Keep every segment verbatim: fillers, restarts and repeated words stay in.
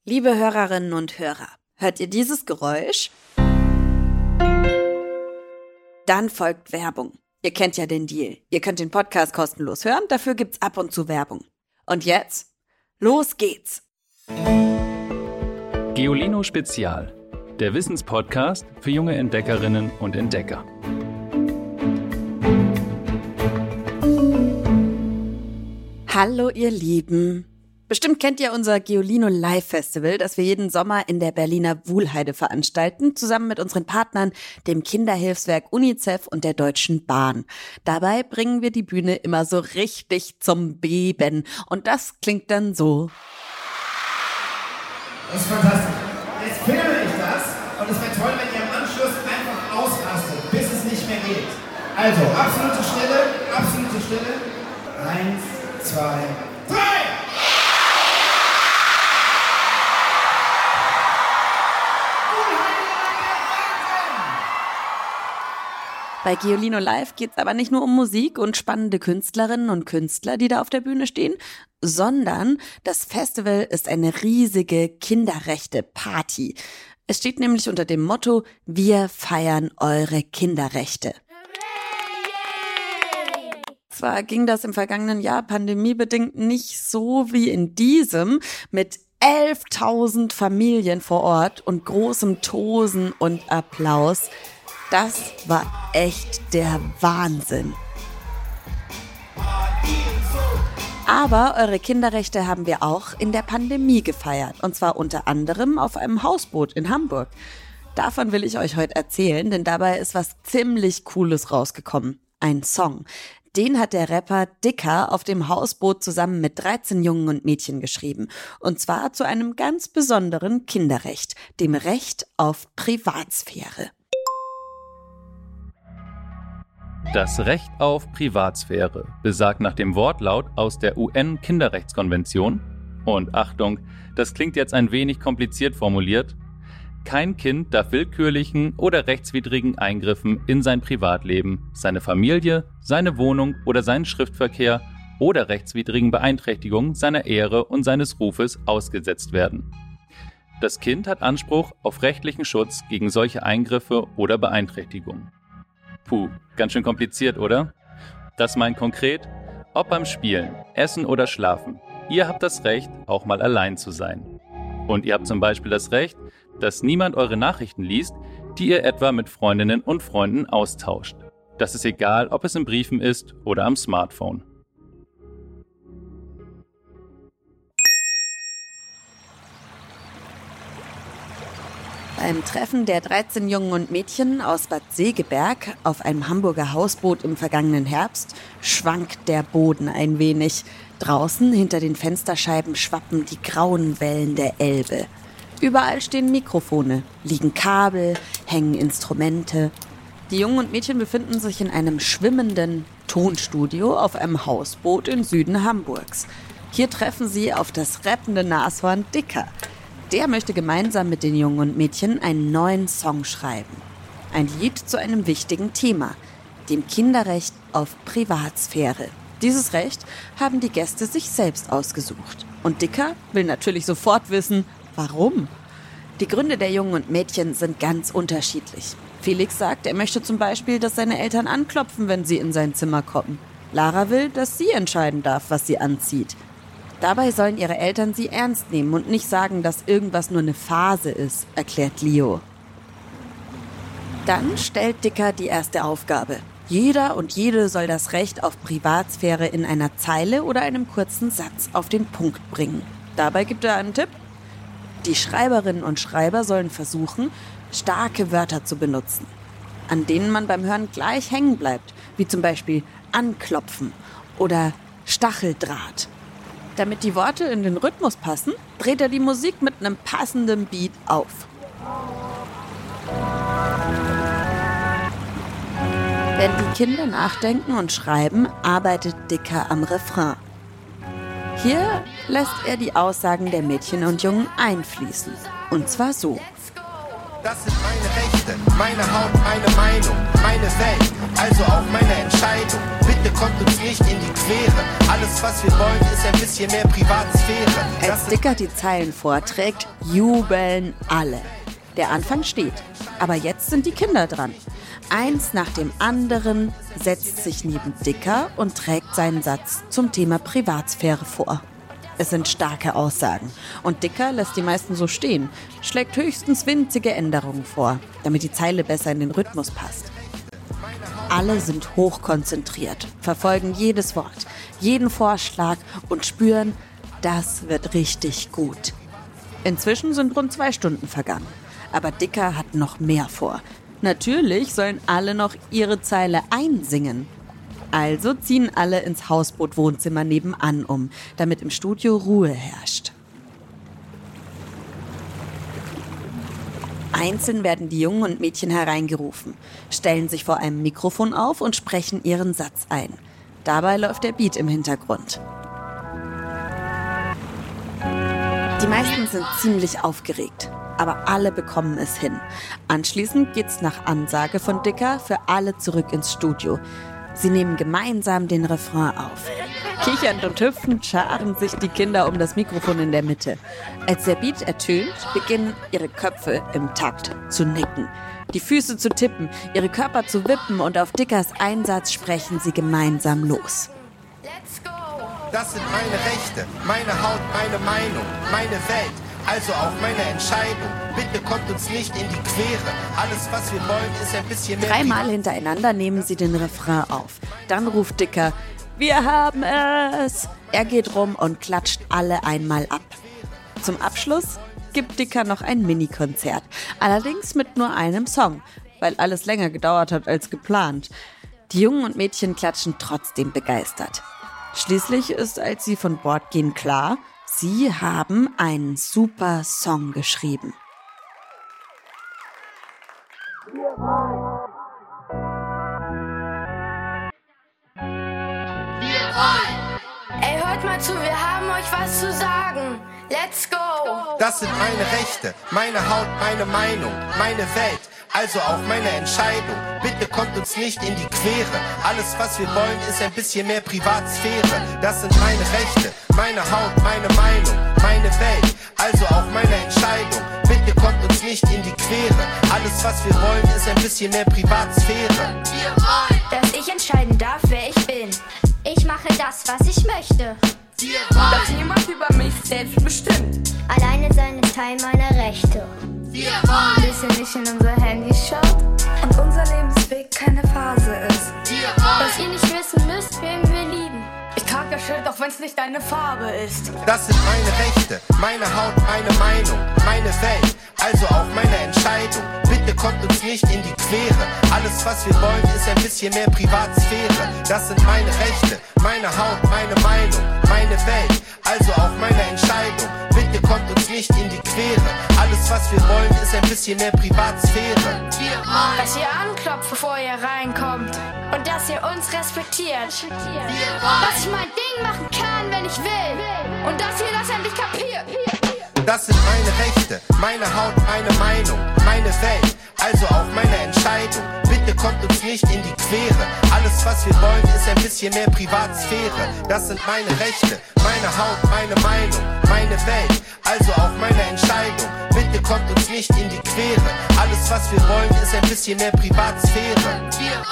Liebe Hörerinnen und Hörer, hört ihr dieses Geräusch? Dann folgt Werbung. Ihr kennt ja den Deal. Ihr könnt den Podcast kostenlos hören, dafür gibt's ab und zu Werbung. Und jetzt, los geht's! Geolino Spezial, der Wissenspodcast für junge Entdeckerinnen und Entdecker. Hallo ihr Lieben! Bestimmt kennt ihr unser Geolino Live Festival, das wir jeden Sommer in der Berliner Wuhlheide veranstalten, zusammen mit unseren Partnern, dem Kinderhilfswerk UNICEF und der Deutschen Bahn. Dabei bringen wir die Bühne immer so richtig zum Beben. Und das klingt dann so. Das ist fantastisch. Jetzt filme ich das und es wäre toll, wenn ihr am Anschluss einfach ausrastet, bis es nicht mehr geht. Also, absolute Stille, absolute Stille. Eins, zwei, drei! Bei Geolino Live geht's aber nicht nur um Musik und spannende Künstlerinnen und Künstler, die da auf der Bühne stehen, sondern das Festival ist eine riesige Kinderrechte-Party. Es steht nämlich unter dem Motto: Wir feiern eure Kinderrechte. Zwar ging das im vergangenen Jahr pandemiebedingt nicht so wie in diesem, mit elftausend Familien vor Ort und großem Tosen und Applaus. Das war echt der Wahnsinn. Aber eure Kinderrechte haben wir auch in der Pandemie gefeiert. Und zwar unter anderem auf einem Hausboot in Hamburg. Davon will ich euch heute erzählen, denn dabei ist was ziemlich Cooles rausgekommen. Ein Song. Den hat der Rapper Dicker auf dem Hausboot zusammen mit dreizehn Jungen und Mädchen geschrieben. Und zwar zu einem ganz besonderen Kinderrecht, dem Recht auf Privatsphäre. Das Recht auf Privatsphäre besagt nach dem Wortlaut aus der U N-Kinderrechtskonvention, und Achtung, das klingt jetzt ein wenig kompliziert formuliert, kein Kind darf willkürlichen oder rechtswidrigen Eingriffen in sein Privatleben, seine Familie, seine Wohnung oder seinen Schriftverkehr oder rechtswidrigen Beeinträchtigungen seiner Ehre und seines Rufes ausgesetzt werden. Das Kind hat Anspruch auf rechtlichen Schutz gegen solche Eingriffe oder Beeinträchtigungen. Puh, ganz schön kompliziert, oder? Das meint konkret, ob beim Spielen, Essen oder Schlafen. Ihr habt das Recht, auch mal allein zu sein. Und ihr habt zum Beispiel das Recht, dass niemand eure Nachrichten liest, die ihr etwa mit Freundinnen und Freunden austauscht. Das ist egal, ob es in Briefen ist oder am Smartphone. Beim Treffen der dreizehn Jungen und Mädchen aus Bad Segeberg auf einem Hamburger Hausboot im vergangenen Herbst schwankt der Boden ein wenig. Draußen hinter den Fensterscheiben schwappen die grauen Wellen der Elbe. Überall stehen Mikrofone, liegen Kabel, hängen Instrumente. Die Jungen und Mädchen befinden sich in einem schwimmenden Tonstudio auf einem Hausboot im Süden Hamburgs. Hier treffen sie auf das rappende Nashorn Dicker. Der möchte gemeinsam mit den Jungen und Mädchen einen neuen Song schreiben. Ein Lied zu einem wichtigen Thema, dem Kinderrecht auf Privatsphäre. Dieses Recht haben die Gäste sich selbst ausgesucht. Und Dicker will natürlich sofort wissen, warum. Die Gründe der Jungen und Mädchen sind ganz unterschiedlich. Felix sagt, er möchte zum Beispiel, dass seine Eltern anklopfen, wenn sie in sein Zimmer kommen. Lara will, dass sie entscheiden darf, was sie anzieht. Dabei sollen ihre Eltern sie ernst nehmen und nicht sagen, dass irgendwas nur eine Phase ist, erklärt Leo. Dann stellt Dicker die erste Aufgabe. Jeder und jede soll das Recht auf Privatsphäre in einer Zeile oder einem kurzen Satz auf den Punkt bringen. Dabei gibt er einen Tipp. Die Schreiberinnen und Schreiber sollen versuchen, starke Wörter zu benutzen, an denen man beim Hören gleich hängen bleibt, wie zum Beispiel anklopfen oder Stacheldraht. Damit die Worte in den Rhythmus passen, dreht er die Musik mit einem passenden Beat auf. Wenn die Kinder nachdenken und schreiben, arbeitet Dicker am Refrain. Hier lässt er die Aussagen der Mädchen und Jungen einfließen. Und zwar so. Das sind meine Rechte, meine Haut, meine Meinung, meine Welt, also auch meine Entscheidung. Bitte kommt uns nicht in die Quere. Alles, was wir wollen, ist ein bisschen mehr Privatsphäre. Als Dicker die Zeilen vorträgt, jubeln alle. Der Anfang steht, aber jetzt sind die Kinder dran. Eins nach dem anderen setzt sich neben Dicker und trägt seinen Satz zum Thema Privatsphäre vor. Es sind starke Aussagen und Dicker lässt die meisten so stehen, schlägt höchstens winzige Änderungen vor, damit die Zeile besser in den Rhythmus passt. Alle sind hochkonzentriert, verfolgen jedes Wort, jeden Vorschlag und spüren, das wird richtig gut. Inzwischen sind rund zwei Stunden vergangen, aber Dicker hat noch mehr vor. Natürlich sollen alle noch ihre Zeile einsingen. Also ziehen alle ins Hausboot-Wohnzimmer nebenan um, damit im Studio Ruhe herrscht. Einzeln werden die Jungen und Mädchen hereingerufen, stellen sich vor einem Mikrofon auf und sprechen ihren Satz ein. Dabei läuft der Beat im Hintergrund. Die meisten sind ziemlich aufgeregt, aber alle bekommen es hin. Anschließend geht's nach Ansage von Dicker für alle zurück ins Studio. Sie nehmen gemeinsam den Refrain auf. Kichernd und hüpfend scharen sich die Kinder um das Mikrofon in der Mitte. Als der Beat ertönt, beginnen ihre Köpfe im Takt zu nicken, die Füße zu tippen, ihre Körper zu wippen und auf Dickers Einsatz sprechen sie gemeinsam los. Das sind meine Rechte, meine Haut, meine Meinung, meine Welt, also auch meine Entscheidung. Bitte kommt uns nicht in die Quere. Alles, was wir wollen, ist ein bisschen mehr... Dreimal hintereinander nehmen sie den Refrain auf. Dann ruft Dicker, wir haben es! Er geht rum und klatscht alle einmal ab. Zum Abschluss gibt Dicker noch ein Mini-Konzert. Allerdings mit nur einem Song, weil alles länger gedauert hat als geplant. Die Jungen und Mädchen klatschen trotzdem begeistert. Schließlich ist, als sie von Bord gehen, klar, sie haben einen super Song geschrieben. Ey, hört mal zu, wir haben euch was zu sagen. Let's go! Das sind meine Rechte, meine Haut, meine Meinung, meine Welt, also auch meine Entscheidung. Bitte kommt uns nicht in die Quere. Alles, was wir wollen, ist ein bisschen mehr Privatsphäre. Das sind meine Rechte, meine Haut, meine Meinung, meine Welt, also auch meine Entscheidung. Bitte kommt uns nicht in die Quere. Alles, was wir wollen, ist ein bisschen mehr Privatsphäre. Dass ich entscheiden darf, wer ich bin. Ich mache das, was ich möchte. Dass niemand über mich selbst bestimmt. Alleine sein ist Teil meiner Rechte. Bis ihr nicht in unser Handy schaut und unser Lebensweg keine Phase ist. Dass ihr nicht wissen müsst, wen wir lieben. Ich trage das Schild, auch wenn es nicht deine Farbe ist. Das sind meine Rechte, meine Haut, meine Meinung, meine Welt, also auch meine Entscheidung. Bitte kommt uns nicht in die Quere. Alles, was wir wollen, ist ein bisschen mehr Privatsphäre. Das sind meine Rechte, meine Haut, meine Meinung, meine Welt, also auch meine Entscheidung. Bitte kommt uns nicht in die Quere. Alles, was wir wollen, ist ein bisschen mehr Privatsphäre. Dass ihr anklopft, bevor ihr reinkommt. Und dass ihr uns respektiert. Dass ich mein Ding machen kann, wenn ich will. Und dass ihr das endlich kapiert. Das sind meine Rechte, meine Haut, meine Meinung, meine Welt, also auch meine Entscheidung. Bitte kommt uns nicht in die Quere. Alles, was wir wollen, ist ein bisschen mehr Privatsphäre. Das sind meine Rechte, meine Haut, meine Meinung, meine Welt, also auch meine Entscheidung. Bitte kommt uns nicht in die Quere. Alles, was wir wollen, ist ein bisschen mehr Privatsphäre.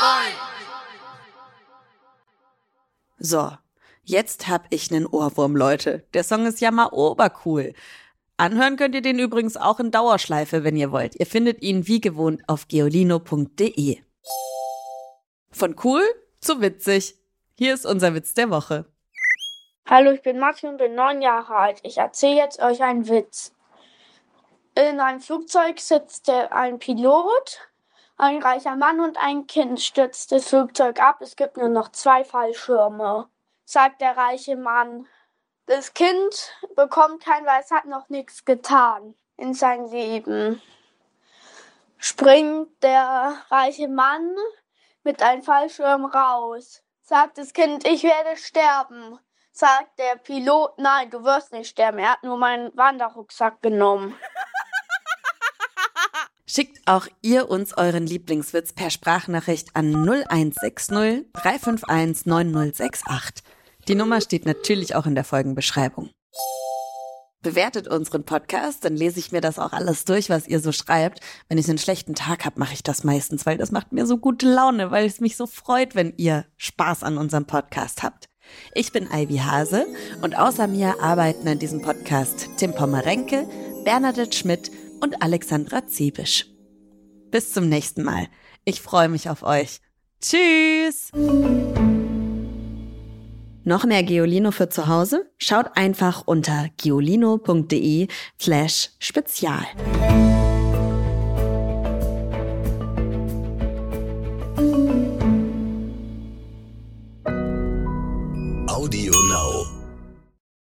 So, jetzt hab ich nen Ohrwurm, Leute. Der Song ist ja mal obercool. Anhören könnt ihr den übrigens auch in Dauerschleife, wenn ihr wollt. Ihr findet ihn wie gewohnt auf geolino punkt de. Von cool zu witzig. Hier ist unser Witz der Woche. Hallo, ich bin Maxi und bin neun Jahre alt. Ich erzähle jetzt euch einen Witz. In einem Flugzeug sitzt ein Pilot, ein reicher Mann und ein Kind. Stürzt das Flugzeug ab, es gibt nur noch zwei Fallschirme. Sagt der reiche Mann. Das Kind bekommt keinen, weil es hat noch nichts getan in seinem Leben. Springt der reiche Mann mit einem Fallschirm raus. Sagt das Kind, ich werde sterben. Sagt der Pilot, nein, du wirst nicht sterben. Er hat nur meinen Wanderrucksack genommen. Schickt auch ihr uns euren Lieblingswitz per Sprachnachricht an null eins sechs null drei fünf eins neun null sechs acht. Die Nummer steht natürlich auch in der Folgenbeschreibung. Bewertet unseren Podcast, dann lese ich mir das auch alles durch, was ihr so schreibt. Wenn ich einen schlechten Tag habe, mache ich das meistens, weil das macht mir so gute Laune, weil es mich so freut, wenn ihr Spaß an unserem Podcast habt. Ich bin Ivy Hase und außer mir arbeiten an diesem Podcast Tim Pommerenke, Bernadette Schmidt und Alexandra Ziebisch. Bis zum nächsten Mal. Ich freue mich auf euch. Tschüss! Noch mehr Geolino für zu Hause? Schaut einfach unter geolino punkt de slash spezial.